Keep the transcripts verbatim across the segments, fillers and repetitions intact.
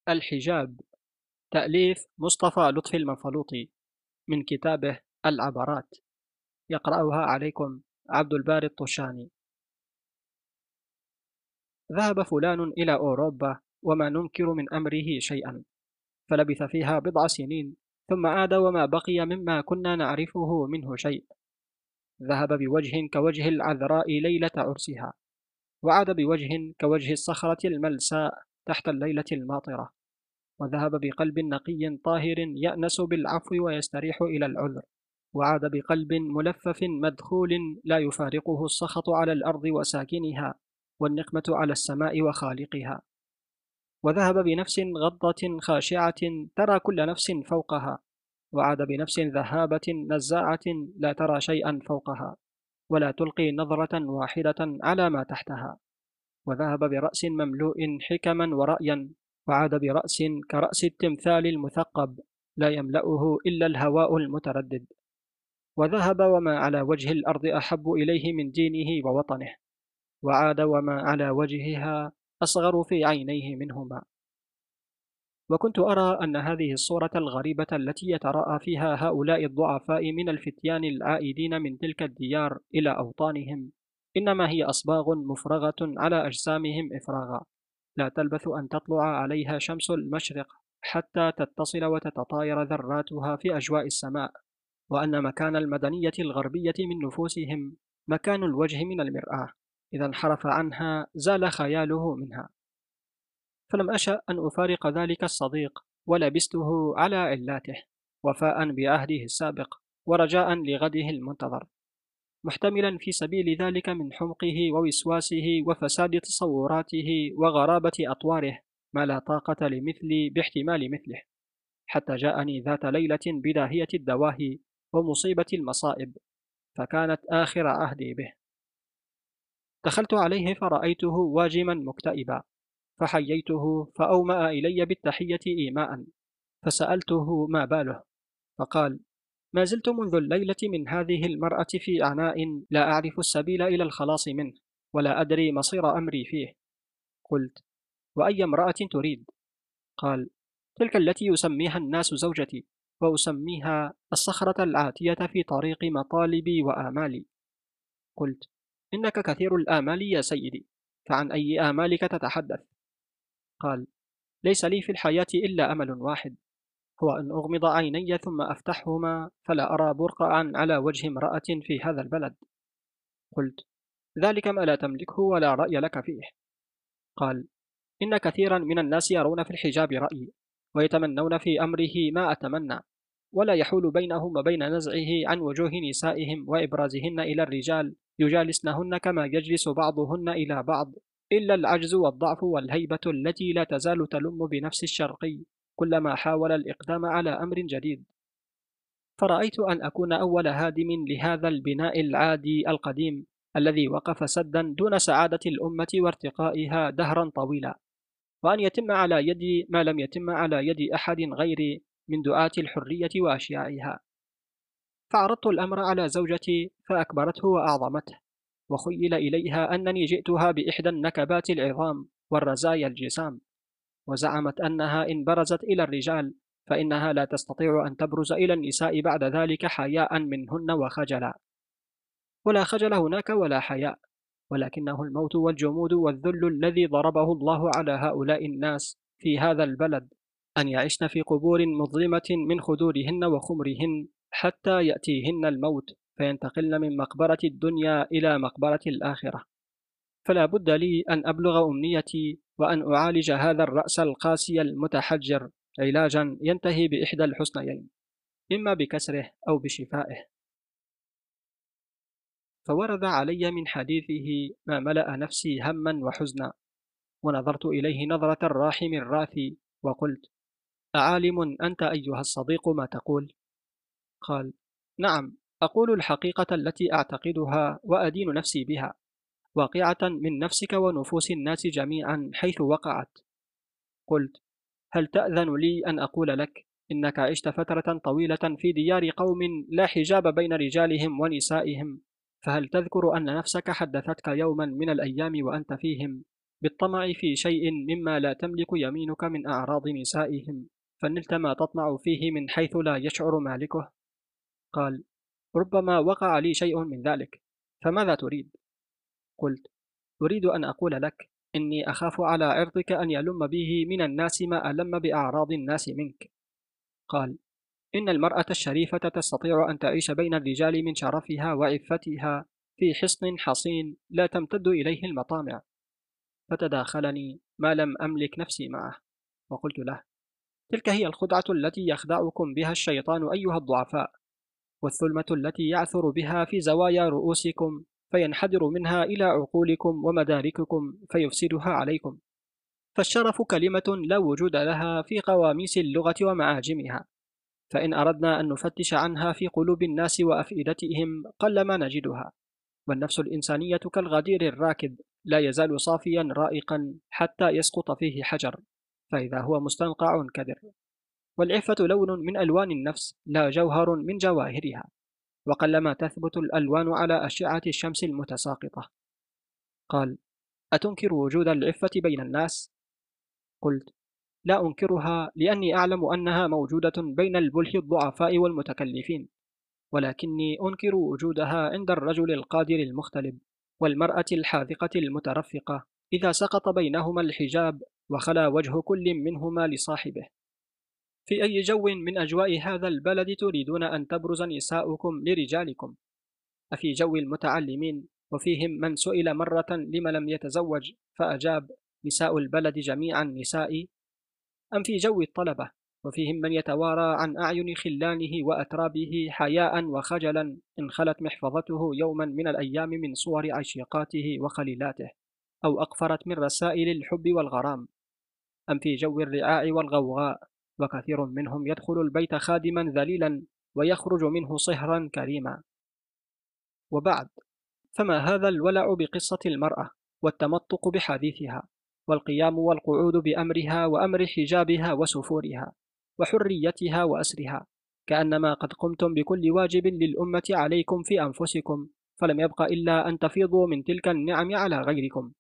الحجاب، تأليف مصطفى لطفي المنفلوطي، من كتابه العبرات. يقرأها عليكم عبد الباري الطشاني. ذهب فلان إلى أوروبا وما ننكر من أمره شيئا، فلبث فيها بضع سنين، ثم عاد وما بقي مما كنا نعرفه منه شيء. ذهب بوجه كوجه العذراء ليلة عرسها، وعاد بوجه كوجه الصخرة الملساء تحت الليلة الماطرة. وذهب بقلب نقي طاهر يأنس بالعفو ويستريح إلى العذر، وعاد بقلب ملفف مدخول لا يفارقه السخط على الأرض وساكنها، والنقمة على السماء وخالقها. وذهب بنفس غضة خاشعة ترى كل نفس فوقها، وعاد بنفس ذهابة نزاعة لا ترى شيئا فوقها، ولا تلقي نظرة واحدة على ما تحتها. وذهب برأس مملوء حكما ورأيا، وعاد برأس كرأس التمثال المثقب لا يملأه إلا الهواء المتردد. وذهب وما على وجه الأرض أحب إليه من دينه ووطنه، وعاد وما على وجهها أصغر في عينيه منهما. وكنت أرى أن هذه الصورة الغريبة التي يتراءى فيها هؤلاء الضعفاء من الفتيان العائدين من تلك الديار إلى أوطانهم إنما هي أصباغ مفرغة على أجسامهم إفراغا، لا تلبث أن تطلع عليها شمس المشرق حتى تتصل وتتطاير ذراتها في أجواء السماء، وأن مكان المدنية الغربية من نفوسهم مكان الوجه من المرآة، إذا انحرف عنها زال خياله منها. فلم أشأ أن أفارق ذلك الصديق، ولبسته على علاته، وفاء بعهده السابق ورجاء لغده المنتظر، محتملا في سبيل ذلك من حمقه ووسواسه وفساد تصوراته وغرابة أطواره ما لا طاقة لمثلي باحتمال مثله، حتى جاءني ذات ليلة بداهية الدواهي ومصيبة المصائب، فكانت آخر عهدي به. دخلت عليه فرأيته واجما مكتئبا، فحييته فأومأ إلي بالتحية إيماء، فسألته ما باله، فقال: ما زلت منذ الليلة من هذه المرأة في عناء لا أعرف السبيل إلى الخلاص منه، ولا أدري مصير أمري فيه. قلت: وأي امرأة تريد؟ قال: تلك التي يسميها الناس زوجتي، وأسميها الصخرة العاتية في طريق مطالبي وآمالي. قلت: إنك كثير الآمال يا سيدي، فعن أي آمالك تتحدث؟ قال: ليس لي في الحياة إلا أمل واحد، هو أن أغمض عيني ثم أفتحهما فلا أرى برقعا على وجه امرأة في هذا البلد. قلت: ذلك ما لا تملكه ولا رأي لك فيه. قال: إن كثيرا من الناس يرون في الحجاب رأي، ويتمنون في أمره ما أتمنى، ولا يحول بينهم وبين نزعه عن وجوه نسائهم وإبرازهن إلى الرجال يجالسنهن كما يجلس بعضهن إلى بعض، إلا العجز والضعف والهيبة التي لا تزال تلم بنفس الشرقي كلما حاول الإقدام على أمر جديد. فرأيت أن أكون أول هادم لهذا البناء العادي القديم الذي وقف سدا دون سعادة الأمة وارتقائها دهرا طويلا، وأن يتم على يدي ما لم يتم على يد أحد غيري من دعاة الحرية وأشيائها. فعرضت الأمر على زوجتي فأكبرته وأعظمته، وخيل إليها أنني جئتها بإحدى النكبات العظام والرزايا الجسام، وزعمت أنها إن برزت إلى الرجال فإنها لا تستطيع أن تبرز إلى النساء بعد ذلك حياء منهن وخجلا. ولا خجل هناك ولا حياء، ولكنه الموت والجمود والذل الذي ضربه الله على هؤلاء الناس في هذا البلد، أن يعشن في قبور مظلمة من خدورهن وخمرهن حتى يأتيهن الموت فينتقلن من مقبرة الدنيا إلى مقبرة الآخرة. فلا بد لي أن أبلغ أمنيتي وأن أعالج هذا الرأس القاسي المتحجر علاجا ينتهي بإحدى الحسنيين، إما بكسره أو بشفائه. فورد علي من حديثه ما ملأ نفسي هما وحزنا، ونظرت إليه نظرة الراحم الراثي وقلت: أعالم أنت أيها الصديق ما تقول؟ قال: نعم، أقول الحقيقة التي أعتقدها وأدين نفسي بها، واقعة من نفسك ونفوس الناس جميعا حيث وقعت. قلت: هل تأذن لي أن أقول لك إنك عشت فترة طويلة في ديار قوم لا حجاب بين رجالهم ونسائهم، فهل تذكر أن نفسك حدثتك يوما من الأيام وأنت فيهم بالطمع في شيء مما لا تملك يمينك من أعراض نسائهم، فنلت ما تطمع فيه من حيث لا يشعر مالكه؟ قال: ربما وقع لي شيء من ذلك، فماذا تريد؟ قلت: أريد أن أقول لك إني أخاف على عرضك أن يلم به من الناس ما ألم بأعراض الناس منك. قال: إن المرأة الشريفة تستطيع أن تعيش بين الرجال من شرفها وعفتها في حصن حصين لا تمتد إليه المطامع. فتداخلني ما لم أملك نفسي معه، وقلت له: تلك هي الخدعة التي يخدعكم بها الشيطان أيها الضعفاء، والثلمة التي يعثر بها في زوايا رؤوسكم فينحدر منها إلى عقولكم ومدارككم فيفسدها عليكم. فالشرف كلمة لا وجود لها في قواميس اللغة ومعاجمها، فإن أردنا أن نفتش عنها في قلوب الناس وأفئدتهم قلما نجدها. والنفس الإنسانية كالغدير الراكد، لا يزال صافيا رائقا حتى يسقط فيه حجر، فإذا هو مستنقع كدر. والعفة لون من ألوان النفس لا جوهر من جواهرها، وقلما تثبت الألوان على أشعة الشمس المتساقطة. قال: أتنكر وجود العفة بين الناس؟ قلت: لا أنكرها، لأني أعلم أنها موجودة بين البله الضعفاء والمتكلفين، ولكني أنكر وجودها عند الرجل القادر المختلب والمرأة الحاذقة المترفقة إذا سقط بينهما الحجاب وخلا وجه كل منهما لصاحبه. في أي جو من أجواء هذا البلد تريدون أن تبرز نساؤكم لرجالكم؟ أفي جو المتعلمين وفيهم من سئل مرة لم لم يتزوج فأجاب: نساء البلد جميعا نسائي؟ أم في جو الطلبة وفيهم من يتوارى عن أعين خلانه وأترابه حياء وخجلا إن خلت محفظته يوما من الأيام من صور عشيقاته وخليلاته، أو أقفرت من رسائل الحب والغرام؟ أم في جو الرعاع والغوغاء وكثير منهم يدخل البيت خادما ذليلا ويخرج منه صهرا كريما؟ وبعد، فما هذا الولع بقصة المرأة والتمطق بحديثها والقيام والقعود بأمرها وأمر حجابها وسفورها وحريتها وأسرها، كأنما قد قمتم بكل واجب للأمة عليكم في أنفسكم، فلم يبق إلا أن تفيضوا من تلك النعم على غيركم.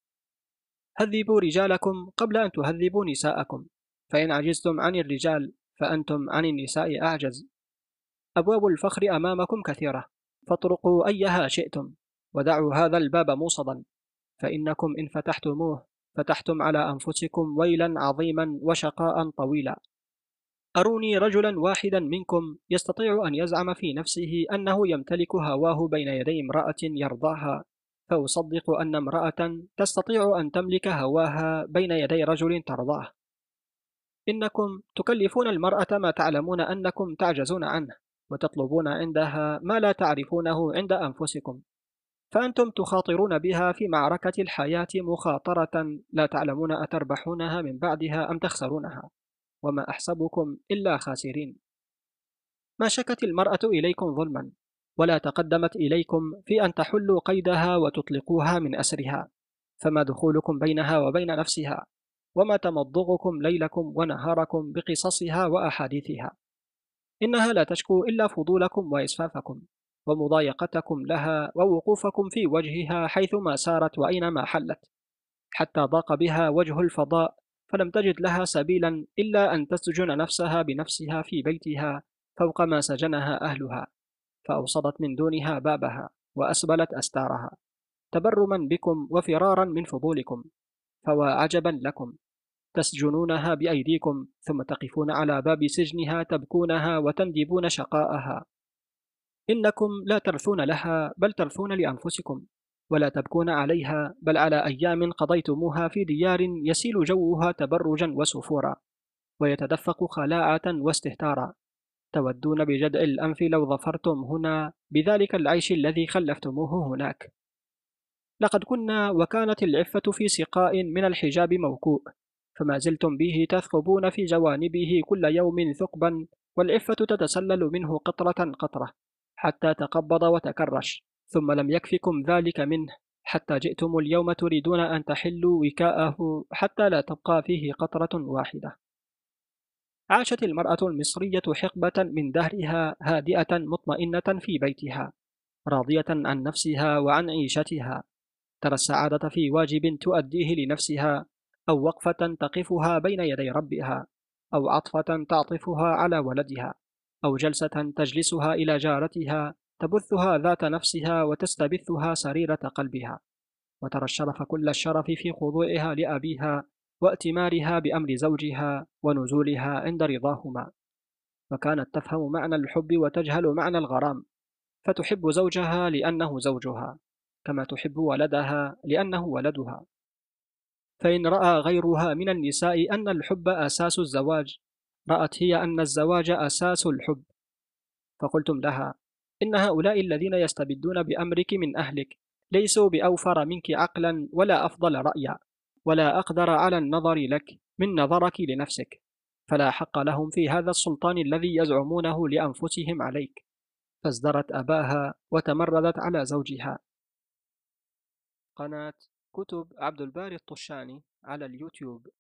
هذبوا رجالكم قبل أن تهذبوا نساءكم، فإن عجزتم عن الرجال فأنتم عن النساء أعجز. أبواب الفخر أمامكم كثيرة، فاطرقوا أيها شئتم، ودعوا هذا الباب موصدا، فإنكم إن فتحتموه فتحتم على أنفسكم ويلا عظيما وشقاء طويلا. أروني رجلا واحدا منكم يستطيع أن يزعم في نفسه أنه يمتلك هواه بين يدي امرأة يرضاها، فأصدق أن امرأة تستطيع أن تملك هواها بين يدي رجل ترضاه. إنكم تكلفون المرأة ما تعلمون أنكم تعجزون عنه، وتطلبون عندها ما لا تعرفونه عند أنفسكم، فأنتم تخاطرون بها في معركة الحياة مخاطرة لا تعلمون أتربحونها من بعدها أم تخسرونها، وما أحسبكم إلا خاسرين. ما شكت المرأة إليكم ظلما، ولا تقدمت إليكم في أن تحلوا قيدها وتطلقوها من أسرها، فما دخولكم بينها وبين نفسها، وما تمضغكم ليلكم ونهاركم بقصصها وأحاديثها. إنها لا تشكو إلا فضولكم وإسفافكم ومضايقتكم لها ووقوفكم في وجهها حيثما سارت وأينما حلت، حتى ضاق بها وجه الفضاء فلم تجد لها سبيلا إلا أن تسجن نفسها بنفسها في بيتها فوق ما سجنها أهلها، فأوصدت من دونها بابها وأسبلت أستارها تبرما بكم وفرارا من فضولكم. فوا عجبا لكم، تسجنونها بأيديكم ثم تقفون على باب سجنها تبكونها وتندبون شقاءها. إنكم لا ترثون لها بل ترثون لأنفسكم، ولا تبكون عليها بل على أيام قضيتموها في ديار يسيل جوها تبرجا وسفورا، ويتدفق خلاعة واستهتارا. تودون بجدع الأنف لو ظفرتم هنا بذلك العيش الذي خلفتموه هناك. لقد كنا وكانت العفة في سقاء من الحجاب موكوء، فما زلتم به تثقبون في جوانبه كل يوم ثقبا، والعفة تتسلل منه قطرة قطرة حتى تقبض وتكرش، ثم لم يكفكم ذلك منه حتى جئتم اليوم تريدون أن تحلوا وكاءه حتى لا تبقى فيه قطرة واحدة. عاشت المرأة المصرية حقبة من دهرها هادئة مطمئنة في بيتها، راضية عن نفسها وعن عيشتها، ترى السعادة في واجب تؤديه لنفسها، أو وقفة تقفها بين يدي ربها، أو عطفة تعطفها على ولدها، أو جلسة تجلسها إلى جارتها تبثها ذات نفسها وتستبثها سريرة قلبها، وترى الشرف كل الشرف في خضوعها لأبيها وائتمارها بأمر زوجها ونزولها عند رضاهما. وكانت تفهم معنى الحب وتجهل معنى الغرام، فتحب زوجها لأنه زوجها، كما تحب ولدها لأنه ولدها. فإن رأى غيرها من النساء أن الحب أساس الزواج، رأت هي أن الزواج أساس الحب. فقلتم لها: إن هؤلاء الذين يستبدون بأمرك من أهلك ليسوا بأوفر منك عقلا ولا أفضل رأيا ولا أقدر على النظر لك من نظرك لنفسك، فلا حق لهم في هذا السلطان الذي يزعمونه لأنفسهم عليك. فازدرت أباها وتمردت على زوجها. قناة كتب عبد الباري الطشاني على اليوتيوب.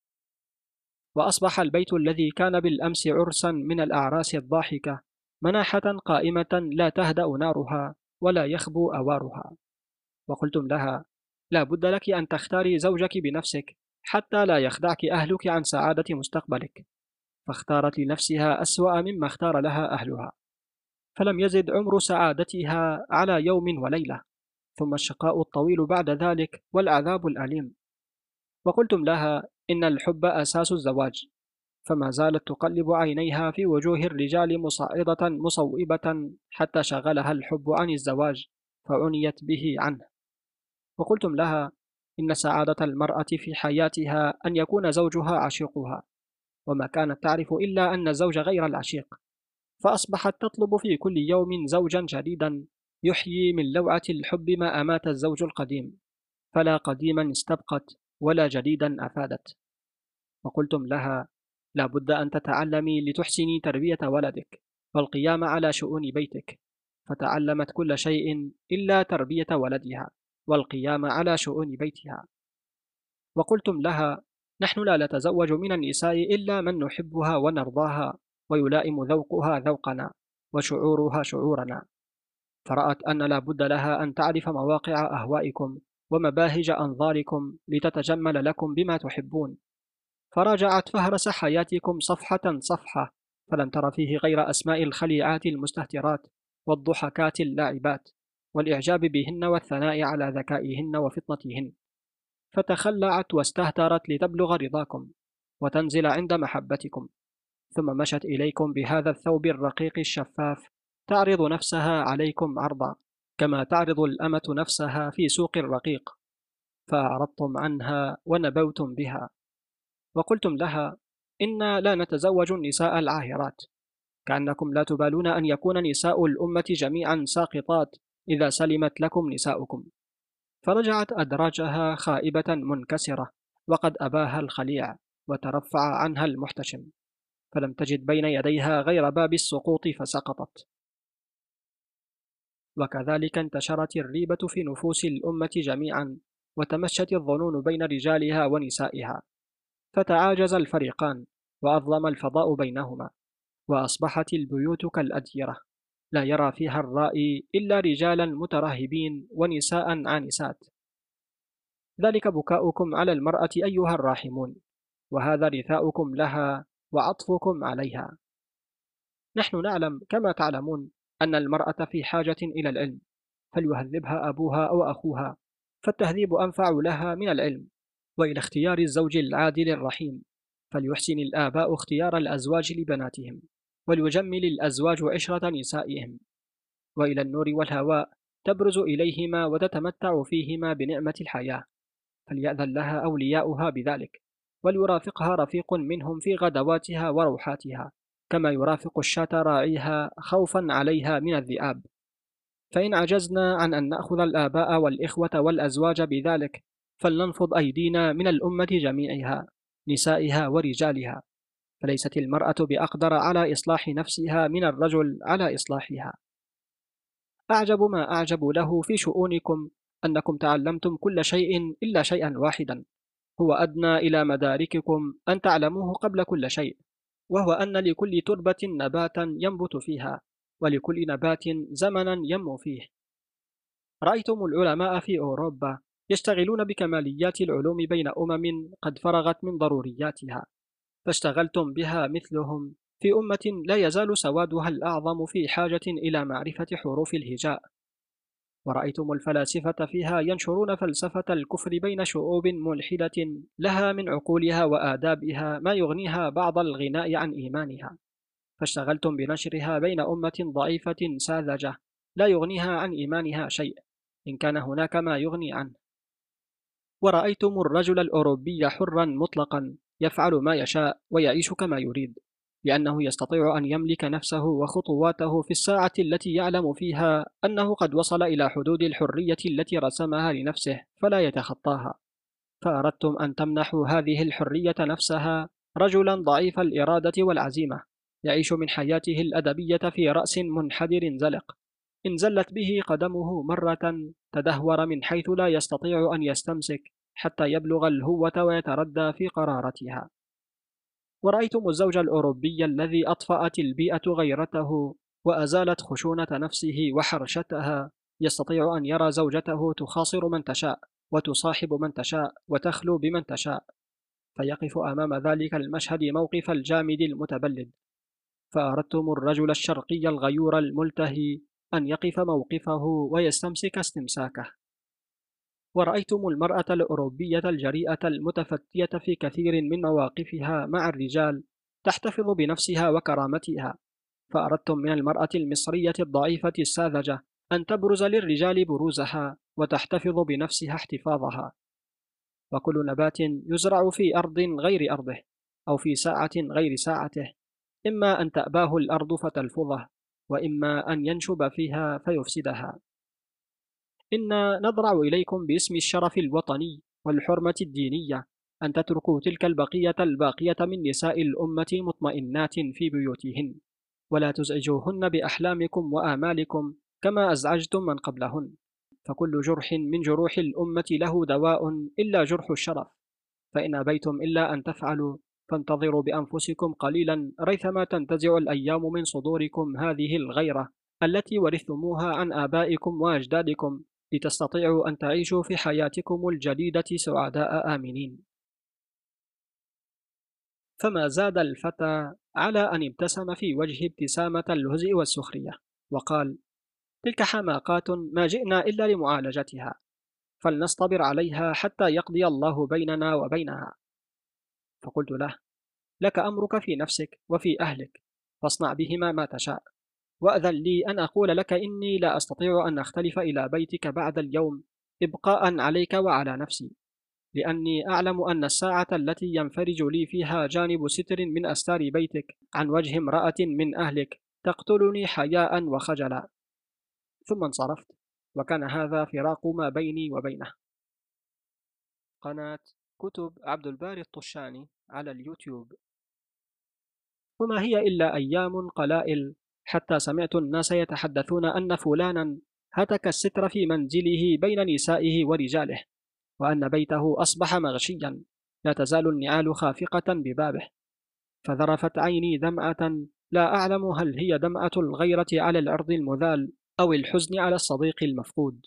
وأصبح البيت الذي كان بالأمس عرسا من الأعراس الضاحكة مناحة قائمة لا تهدأ نارها ولا يخبو أوارها. وقلتم لها: لا بد لك أن تختاري زوجك بنفسك حتى لا يخدعك أهلك عن سعادة مستقبلك. فاختارت لنفسها أسوأ مما اختار لها أهلها، فلم يزد عمر سعادتها على يوم وليلة، ثم الشقاء الطويل بعد ذلك والعذاب الأليم. وقلتم لها: إن الحب أساس الزواج، فما زالت تقلب عينيها في وجوه الرجال مصعدة مصوبة حتى شغلها الحب عن الزواج فعنيت به عنه. وقلتم لها: إن سعادة المرأة في حياتها أن يكون زوجها عشيقها، وما كانت تعرف إلا أن الزوج غير العشيق، فأصبحت تطلب في كل يوم زوجا جديدا يحيي من لوعة الحب ما أمات الزوج القديم، فلا قديما استبقت ولا جديدا أفادت. وقلتم لها: لا بد أن تتعلمي لتحسني تربية ولدك والقيام على شؤون بيتك، فتعلمت كل شيء إلا تربية ولدها والقيام على شؤون بيتها. وقلتم لها: نحن لا نتزوج من النساء إلا من نحبها ونرضاها ويلائم ذوقها ذوقنا وشعورها شعورنا. فرأت أن لا بد لها أن تعرف مواقع أهوائكم ومباهج أنظاركم لتتجمل لكم بما تحبون، فراجعت فهرس حياتكم صفحة صفحة، فلم تر فيه غير أسماء الخليعات المستهترات والضحكات اللاعبات والإعجاب بهن والثناء على ذكائهن وفطنتهن، فتخلعت واستهترت لتبلغ رضاكم وتنزل عند محبتكم، ثم مشت إليكم بهذا الثوب الرقيق الشفاف تعرض نفسها عليكم عرضا، كما تعرض الأمة نفسها في سوق الرقيق، فأعرضتم عنها ونبوتم بها. وقلتم لها: إنا لا نتزوج النساء العاهرات، كأنكم لا تبالون أن يكون نساء الأمة جميعا ساقطات إذا سلمت لكم نساؤكم. فرجعت أدراجها خائبة منكسرة وقد أباها الخليع وترفع عنها المحتشم، فلم تجد بين يديها غير باب السقوط فسقطت. وكذلك انتشرت الريبة في نفوس الأمة جميعا، وتمشت الظنون بين رجالها ونسائها، فتعاجز الفريقان وأظلم الفضاء بينهما، وأصبحت البيوت كالأديرة لا يرى فيها الرائي إلا رجالا مترهبين ونساء عانسات. ذلك بكاؤكم على المرأة أيها الراحمون، وهذا رثاؤكم لها وعطفكم عليها. نحن نعلم كما تعلمون أن المرأة في حاجة إلى العلم، فليهذبها أبوها أو أخوها، فالتهذيب أنفع لها من العلم، وإلى اختيار الزوج العادل الرحيم، فليحسن الآباء اختيار الأزواج لبناتهم، وليجمل الأزواج عشرة نسائهم، وإلى النور والهواء تبرز إليهما وتتمتع فيهما بنعمة الحياة، فليأذن لها أولياؤها بذلك، وليرافقها رفيق منهم في غدواتها وروحاتها، كما يرافق الشاة راعيها خوفا عليها من الذئاب. فإن عجزنا عن أن نأخذ الآباء والإخوة والأزواج بذلك، فلننفض أيدينا من الأمة جميعها، نسائها ورجالها، فليست المرأة بأقدر على إصلاح نفسها من الرجل على إصلاحها. أعجب ما أعجب له في شؤونكم أنكم تعلمتم كل شيء إلا شيئا واحدا، هو أدنى إلى مدارككم أن تعلموه قبل كل شيء، وهو أن لكل تربة نباتا ينبت فيها، ولكل نبات زمنا ينمو فيه. رأيتم العلماء في أوروبا يشتغلون بكماليات العلوم بين أمم قد فرغت من ضرورياتها، فاشتغلتم بها مثلهم في أمة لا يزال سوادها الأعظم في حاجة إلى معرفة حروف الهجاء. ورأيتم الفلاسفة فيها ينشرون فلسفة الكفر بين شعوب ملحدة لها من عقولها وآدابها ما يغنيها بعض الغناء عن إيمانها، فاشتغلتم بنشرها بين أمة ضعيفة ساذجة لا يغنيها عن إيمانها شيء، إن كان هناك ما يغني عنه. ورأيتم الرجل الأوروبي حرا مطلقا يفعل ما يشاء ويعيش كما يريد، لأنه يستطيع أن يملك نفسه وخطواته في الساعة التي يعلم فيها أنه قد وصل إلى حدود الحرية التي رسمها لنفسه فلا يتخطاها. فأردتم أن تمنحوا هذه الحرية نفسها رجلا ضعيف الإرادة والعزيمة، يعيش من حياته الأدبية في رأس منحدر زلق، إن زلت به قدمه مرة تدهور من حيث لا يستطيع أن يستمسك حتى يبلغ الهوة ويتردى في قرارتها. ورأيتم الزوج الأوروبي الذي أطفأت البيئة غيرته وأزالت خشونة نفسه وحرشتها، يستطيع أن يرى زوجته تخاصر من تشاء وتصاحب من تشاء وتخلو بمن تشاء، فيقف أمام ذلك المشهد موقف الجامد المتبلد. فأردتم الرجل الشرقي الغيور الملتهي أن يقف موقفه ويستمسك استمساكه. ورأيتم المرأة الأوروبية الجريئة المتفتية في كثير من مواقفها مع الرجال تحتفظ بنفسها وكرامتها، فأردتم من المرأة المصرية الضعيفة الساذجة أن تبرز للرجال بروزها وتحتفظ بنفسها احتفاظها. وكل نبات يزرع في أرض غير أرضه أو في ساعة غير ساعته، إما أن تأباه الأرض فتلفظه، وإما أن ينشب فيها فيفسدها. إنا نضرع إليكم باسم الشرف الوطني والحرمة الدينية أن تتركوا تلك البقية الباقية من نساء الأمة مطمئنات في بيوتهن، ولا تزعجوهن بأحلامكم وآمالكم كما أزعجتم من قبلهن، فكل جرح من جروح الأمة له دواء إلا جرح الشرف، فإن أبيتم إلا أن تفعلوا فانتظروا بأنفسكم قليلا ريثما تنتزع الأيام من صدوركم هذه الغيرة التي ورثتموها عن آبائكم وأجدادكم، لتستطيعوا أن تعيشوا في حياتكم الجديدة سعداء آمنين. فما زاد الفتى على أن ابتسم في وجه ابتسامة الهزء والسخرية، وقال: تلك حماقات ما جئنا إلا لمعالجتها، فلنصطبر عليها حتى يقضي الله بيننا وبينها. فقلت له: لك أمرك في نفسك وفي أهلك، فاصنع بهما ما تشاء، وأذن لي أن أقول لك إني لا أستطيع أن أختلف إلى بيتك بعد اليوم إبقاء عليك وعلى نفسي، لأني أعلم أن الساعة التي ينفرج لي فيها جانب ستر من أستار بيتك عن وجه امرأة من أهلك تقتلني حياء وخجلا. ثم انصرفت، وكان هذا فراق ما بيني وبينه. قناة كتب عبد الباري الطشاني على اليوتيوب. وما هي إلا أيام قلائل حتى سمعت الناس يتحدثون أن فلانا هتك الستر في منزله بين نسائه ورجاله، وأن بيته أصبح مغشيا لا تزال النعال خافقة ببابه، فذرفت عيني دمعة لا أعلم هل هي دمعة الغيرة على العرض المذال أو الحزن على الصديق المفقود.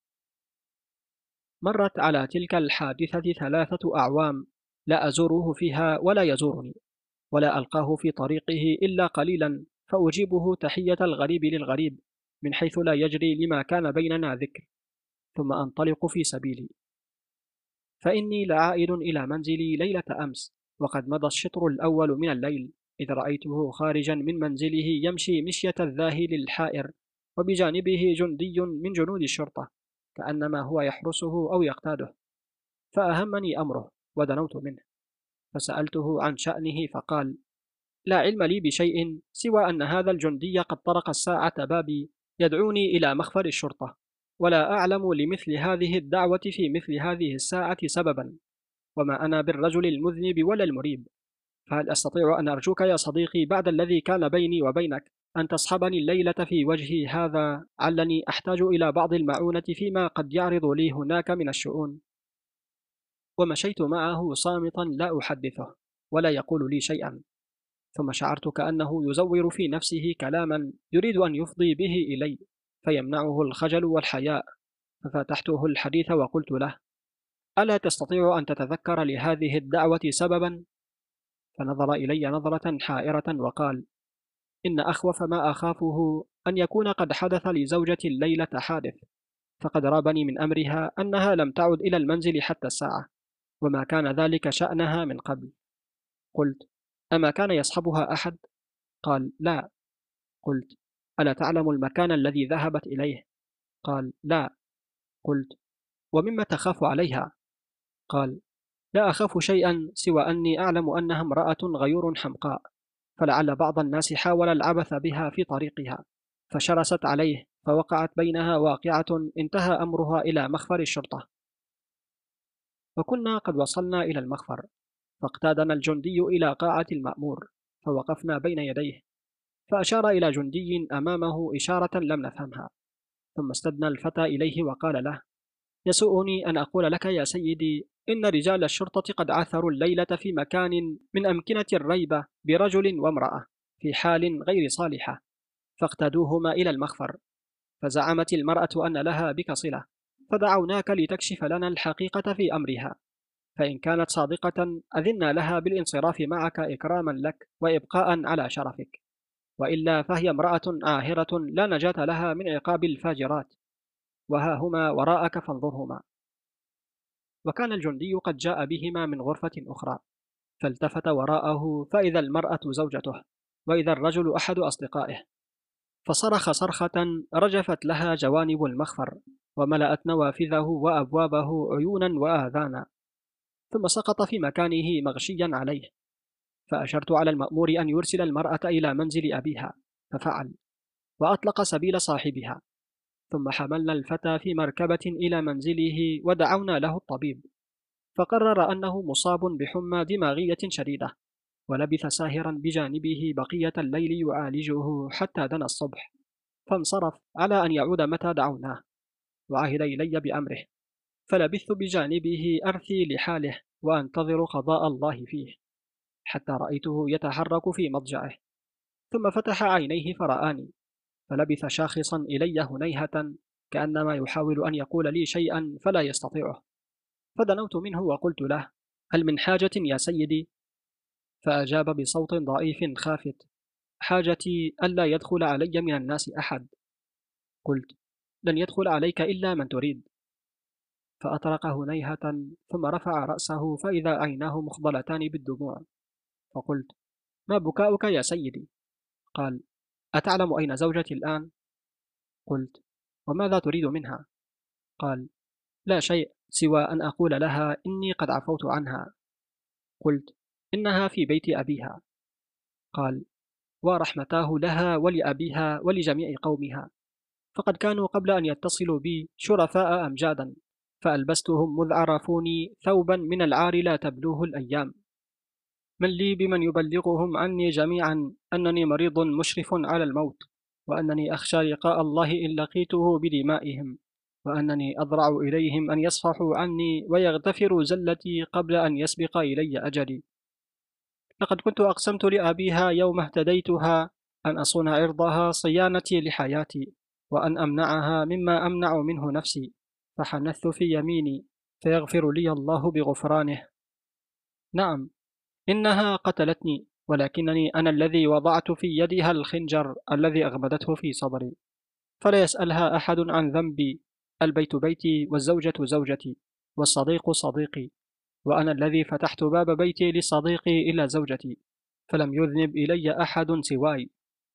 مرت على تلك الحادثة ثلاثة أعوام لا أزوره فيها ولا يزورني، ولا ألقاه في طريقه إلا قليلا فأجيبه تحية الغريب للغريب من حيث لا يجري لما كان بيننا ذكر، ثم أنطلق في سبيلي. فإني لعائد إلى منزلي ليلة أمس، وقد مضى الشطر الأول من الليل، إذ رأيته خارجا من منزله يمشي مشية الذاهل الحائر، وبجانبه جندي من جنود الشرطة كأنما هو يحرسه أو يقتاده. فأهمني أمره ودنوت منه، فسألته عن شأنه فقال: لا علم لي بشيء سوى أن هذا الجندي قد طرق الساعة بابي يدعوني إلى مخفر الشرطة، ولا أعلم لمثل هذه الدعوة في مثل هذه الساعة سببا، وما أنا بالرجل المذنب ولا المريب، فهل أستطيع أن أرجوك يا صديقي بعد الذي كان بيني وبينك أن تصحبني الليلة في وجهي هذا، علني أحتاج إلى بعض المعونة فيما قد يعرض لي هناك من الشؤون. ومشيت معه صامتا لا أحدثه ولا يقول لي شيئا، ثم شعرت كأنه يزور في نفسه كلاما يريد أن يفضي به إلي فيمنعه الخجل والحياء، ففتحته الحديث وقلت له: ألا تستطيع أن تتذكر لهذه الدعوة سببا؟ فنظر إلي نظرة حائرة وقال: إن أخوف ما أخافه أن يكون قد حدث لزوجتي الليلة حادث، فقد رابني من أمرها أنها لم تعد إلى المنزل حتى الساعة، وما كان ذلك شأنها من قبل. قلت: أما كان يصحبها أحد؟ قال: لا. قلت: ألا تعلم المكان الذي ذهبت إليه؟ قال: لا. قلت: ومما تخاف عليها؟ قال: لا أخاف شيئا سوى أني أعلم أنها امرأة غيور حمقاء، فلعل بعض الناس حاول العبث بها في طريقها، فشرست عليه فوقعت بينها واقعة انتهى أمرها إلى مخفر الشرطة. وكنا قد وصلنا إلى المخفر، فاقتادنا الجندي إلى قاعة المأمور، فوقفنا بين يديه، فأشار إلى جندي أمامه إشارة لم نفهمها، ثم استدنى الفتى إليه وقال له: يسوءني أن أقول لك يا سيدي إن رجال الشرطة قد عثروا الليلة في مكان من أمكنة الريبة برجل وامرأة في حال غير صالحة، فاقتادوهما إلى المخفر، فزعمت المرأة أن لها بك صلة، فدعوناك لتكشف لنا الحقيقة في أمرها، فإن كانت صادقة أذنا لها بالانصراف معك إكراما لك وإبقاء على شرفك، وإلا فهي امرأة عاهرة لا نجاة لها من عقاب الفاجرات، وها هما وراءك فانظرهما. وكان الجندي قد جاء بهما من غرفة أخرى، فالتفت وراءه فإذا المرأة زوجته، وإذا الرجل أحد أصدقائه، فصرخ صرخة رجفت لها جوانب المخفر، وملأت نوافذه وأبوابه عيونا وآذانا، ثم سقط في مكانه مغشيا عليه. فأشرت على المأمور أن يرسل المرأة إلى منزل أبيها، ففعل، وأطلق سبيل صاحبها، ثم حملنا الفتى في مركبة إلى منزله ودعونا له الطبيب، فقرر أنه مصاب بحمى دماغية شديدة، ولبث ساهرا بجانبه بقية الليل يعالجه حتى دنا الصبح، فانصرف على أن يعود متى دعوناه، وعهد إلي بأمره، فلبثت بجانبه أرثي لحاله وأنتظر قضاء الله فيه، حتى رأيته يتحرك في مضجعه، ثم فتح عينيه فرآني، فلبث شاخصا إلي هنيهة كأنما يحاول أن يقول لي شيئا فلا يستطيعه، فدنوت منه وقلت له: هل من حاجة يا سيدي؟ فأجاب بصوت ضعيف خافت: حاجتي ألا يدخل علي من الناس أحد. قلت: لن يدخل عليك إلا من تريد. فأطرق هنيهة ثم رفع رأسه فإذا عيناه مخضلتان بالدموع، فقلت: ما بكاؤك يا سيدي؟ قال: أتعلم أين زوجتي الآن؟ قلت: وماذا تريد منها؟ قال: لا شيء سوى أن أقول لها إني قد عفوت عنها. قلت: إنها في بيت أبيها. قال: ورحمتاه لها ولأبيها ولجميع قومها، فقد كانوا قبل أن يتصلوا بي شرفاء أمجادا، فألبستهم مذ عرفوني ثوبا من العار لا تبلوه الأيام. من لي بمن يبلغهم عني جميعا أنني مريض مشرف على الموت، وأنني أخشى لقاء الله إن لقيته بدمائهم، وأنني أضرع إليهم أن يصفحوا عني ويغتفروا زلتي قبل أن يسبق إلي أجلي. لقد كنت أقسمت لأبيها يوم اهتديتها أن أصون عرضها صيانتي لحياتي، وأن أمنعها مما أمنع منه نفسي، فحنثت في يميني فيغفر لي الله بغفرانه. نعم، إنها قتلتني، ولكنني أنا الذي وضعت في يدها الخنجر الذي أغمدته في صدري، فلا يسألها أحد عن ذنبي، البيت بيتي والزوجة زوجتي والصديق صديقي، وأنا الذي فتحت باب بيتي لصديقي إلى زوجتي، فلم يذنب إلي أحد سواي.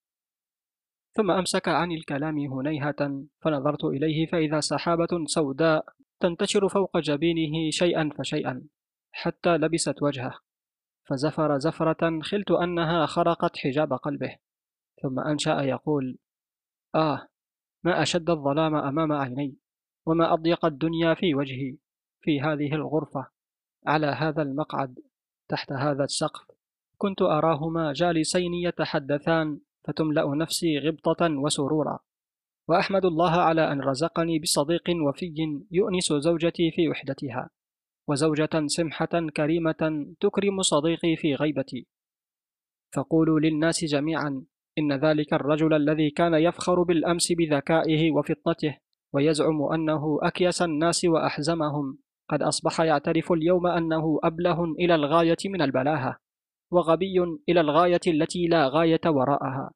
ثم أمسك عن الكلام هنيهة، فنظرت إليه فإذا سحابة سوداء تنتشر فوق جبينه شيئا فشيئا حتى لبست وجهه، فزفر زفرة خلت أنها خرقت حجاب قلبه، ثم أنشأ يقول: آه، ما أشد الظلام أمام عيني، وما أضيق الدنيا في وجهي، في هذه الغرفة، على هذا المقعد، تحت هذا السقف، كنت أراهما جالسين يتحدثان، فتملأ نفسي غبطة وسرورا، وأحمد الله على أن رزقني بصديق وفي يؤنس زوجتي في وحدتها، وزوجة سمحة كريمة تكرم صديقي في غيبتي. فقولوا للناس جميعا إن ذلك الرجل الذي كان يفخر بالأمس بذكائه وفطنته ويزعم أنه أكيس الناس وأحزمهم، قد أصبح يعترف اليوم أنه أبله إلى الغاية من البلاهة، وغبي إلى الغاية التي لا غاية وراءها.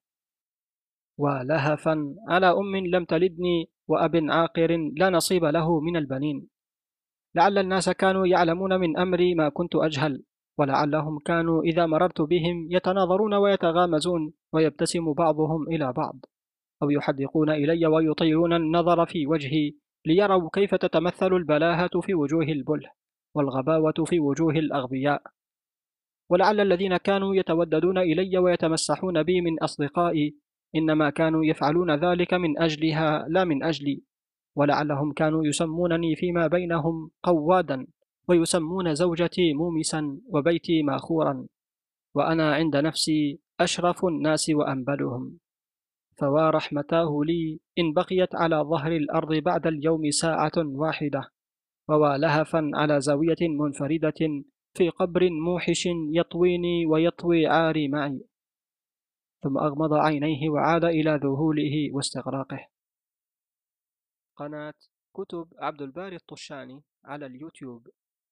ولهفا على أم لم تلدني وأب عاقر لا نصيب له من البنين. لعل الناس كانوا يعلمون من أمري ما كنت أجهل، ولعلهم كانوا إذا مررت بهم يتناظرون ويتغامزون ويبتسم بعضهم إلى بعض، أو يحدقون إلي ويطيرون النظر في وجهي ليروا كيف تتمثل البلاهة في وجوه البله، والغباوة في وجوه الأغبياء. ولعل الذين كانوا يتوددون إلي ويتمسحون بي من أصدقائي إنما كانوا يفعلون ذلك من أجلها لا من أجلي، ولعلهم كانوا يسمونني فيما بينهم قوادا، ويسمون زوجتي مومسا وبيتي ماخورا، وأنا عند نفسي أشرف الناس وأنبلهم. فوا رحمتاه لي إن بقيت على ظهر الأرض بعد اليوم ساعة واحدة، ووا لهفا على زاوية منفردة في قبر موحش يطويني ويطوي عاري معي. ثم أغمض عينيه وعاد إلى ذهوله واستغراقه. قناة كتب عبد الباري الطشاني على اليوتيوب.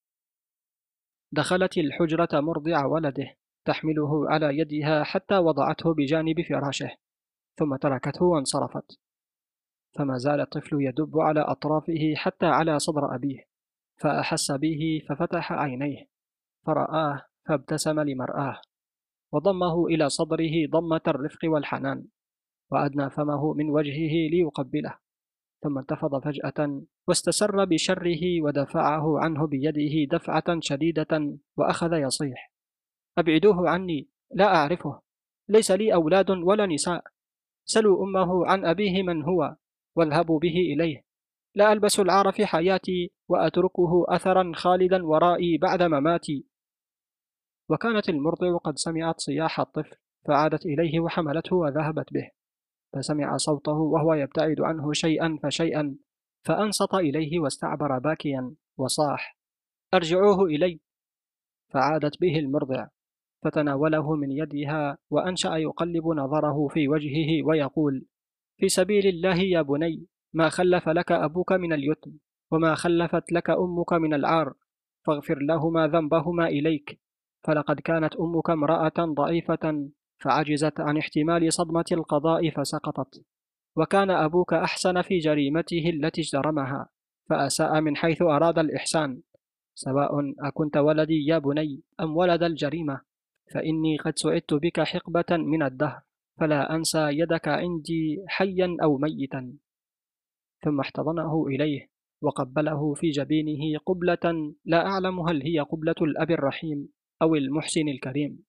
دخلت الحجرة مرضع ولده تحمله على يدها حتى وضعته بجانب فراشه، ثم تركته وانصرفت. فما زال الطفل يدب على أطرافه حتى على صدر أبيه، فأحس به ففتح عينيه فرآه فابتسم لمرآه، وضمه إلى صدره ضمة الرفق والحنان، وأدنى فمه من وجهه ليقبله، ثم انتفض فجأة واستسر بشره ودفعه عنه بيده دفعة شديدة، وأخذ يصيح: أبعدوه عني، لا أعرفه، ليس لي أولاد ولا نساء، سلوا أمه عن أبيه من هو واذهبوا به إليه، لا ألبس العار في حياتي وأتركه أثرا خالدا ورائي بعد مماتي. وكانت المرضع قد سمعت صياح الطفل فعادت إليه وحملته وذهبت به، فسمع صوته وهو يبتعد عنه شيئا فشيئا، فأنصت إليه واستعبر باكيا وصاح: أرجعوه إلي. فعادت به المرضع فتناوله من يدها وأنشأ يقلب نظره في وجهه ويقول: في سبيل الله يا بني، ما خلف لك أبوك من اليتم، وما خلفت لك أمك من العار، فاغفر لهما ذنبهما إليك، فلقد كانت أمك امرأة ضعيفة فعجزت عن احتمال صدمة القضاء فسقطت، وكان أبوك أحسن في جريمته التي اجترمها فأساء من حيث أراد الإحسان، سواء أكنت ولدي يا بني أم ولد الجريمة، فإني قد سعدت بك حقبة من الدهر، فلا أنسى يدك عندي حيا أو ميتا. ثم احتضنه إليه وقبله في جبينه قبلة لا أعلم هل هي قبلة الأب الرحيم أو المحسن الكريم.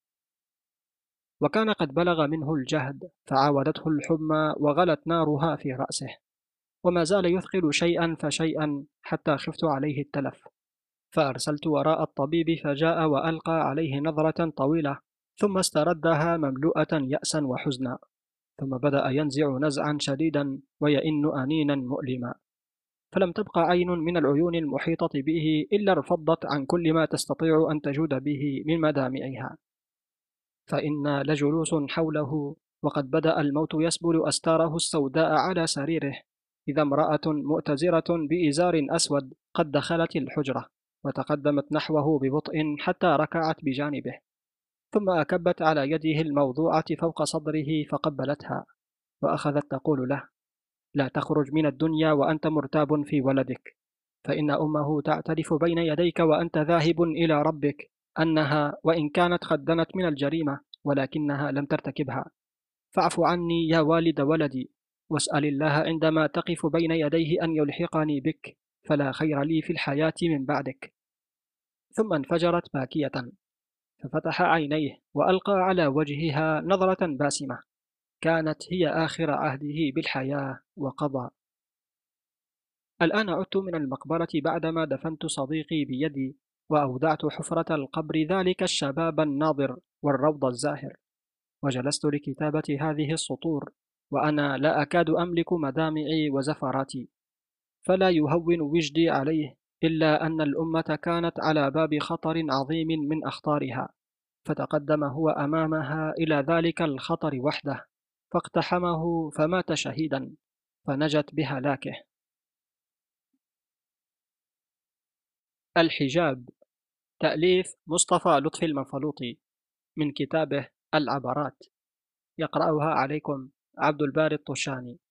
وكان قد بلغ منه الجهد فعاودته الحمى وغلت نارها في رأسه، وما زال يثقل شيئا فشيئا حتى خفت عليه التلف، فأرسلت وراء الطبيب فجاء وألقى عليه نظرة طويلة، ثم استردها مملوءة يأسا وحزنا، ثم بدأ ينزع نزعا شديدا ويئن أنينا مؤلما، فلم تبق عين من العيون المحيطة به إلا ارفضت عن كل ما تستطيع أن تجود به من مدامعها، فإنا لجلوس حوله وقد بدأ الموت يسبل أستاره السوداء على سريره، إذا امرأة مؤتزرة بإزار أسود قد دخلت الحجرة وتقدمت نحوه ببطء حتى ركعت بجانبه، ثم أكبت على يده الموضوعة فوق صدره فقبلتها، وأخذت تقول له: لا تخرج من الدنيا وأنت مرتاب في ولدك، فإن أمه تعترف بين يديك وأنت ذاهب إلى ربك أنها وإن كانت قد دنت من الجريمة ولكنها لم ترتكبها، فاعف عني يا والد ولدي، واسأل الله عندما تقف بين يديه أن يلحقني بك، فلا خير لي في الحياة من بعدك. ثم انفجرت باكية، ففتح عينيه وألقى على وجهها نظرة باسمة كانت هي آخر عهده بالحياة وقضى. الآن عدت من المقبرة بعدما دفنت صديقي بيدي وأودعت حفرة القبر ذلك الشباب الناظر والروض الزاهر، وجلست لكتابة هذه السطور وأنا لا أكاد أملك مدامعي وزفراتي، فلا يهون وجدي عليه إلا أن الأمة كانت على باب خطر عظيم من أخطارها، فتقدم هو أمامها إلى ذلك الخطر وحده فاقتحمه فمات شهيدا، فنجت بهلاكه. الحجاب، تأليف مصطفى لطفي المنفلوطي، من كتابه العبرات، يقرأها عليكم عبد الباري الطشاني.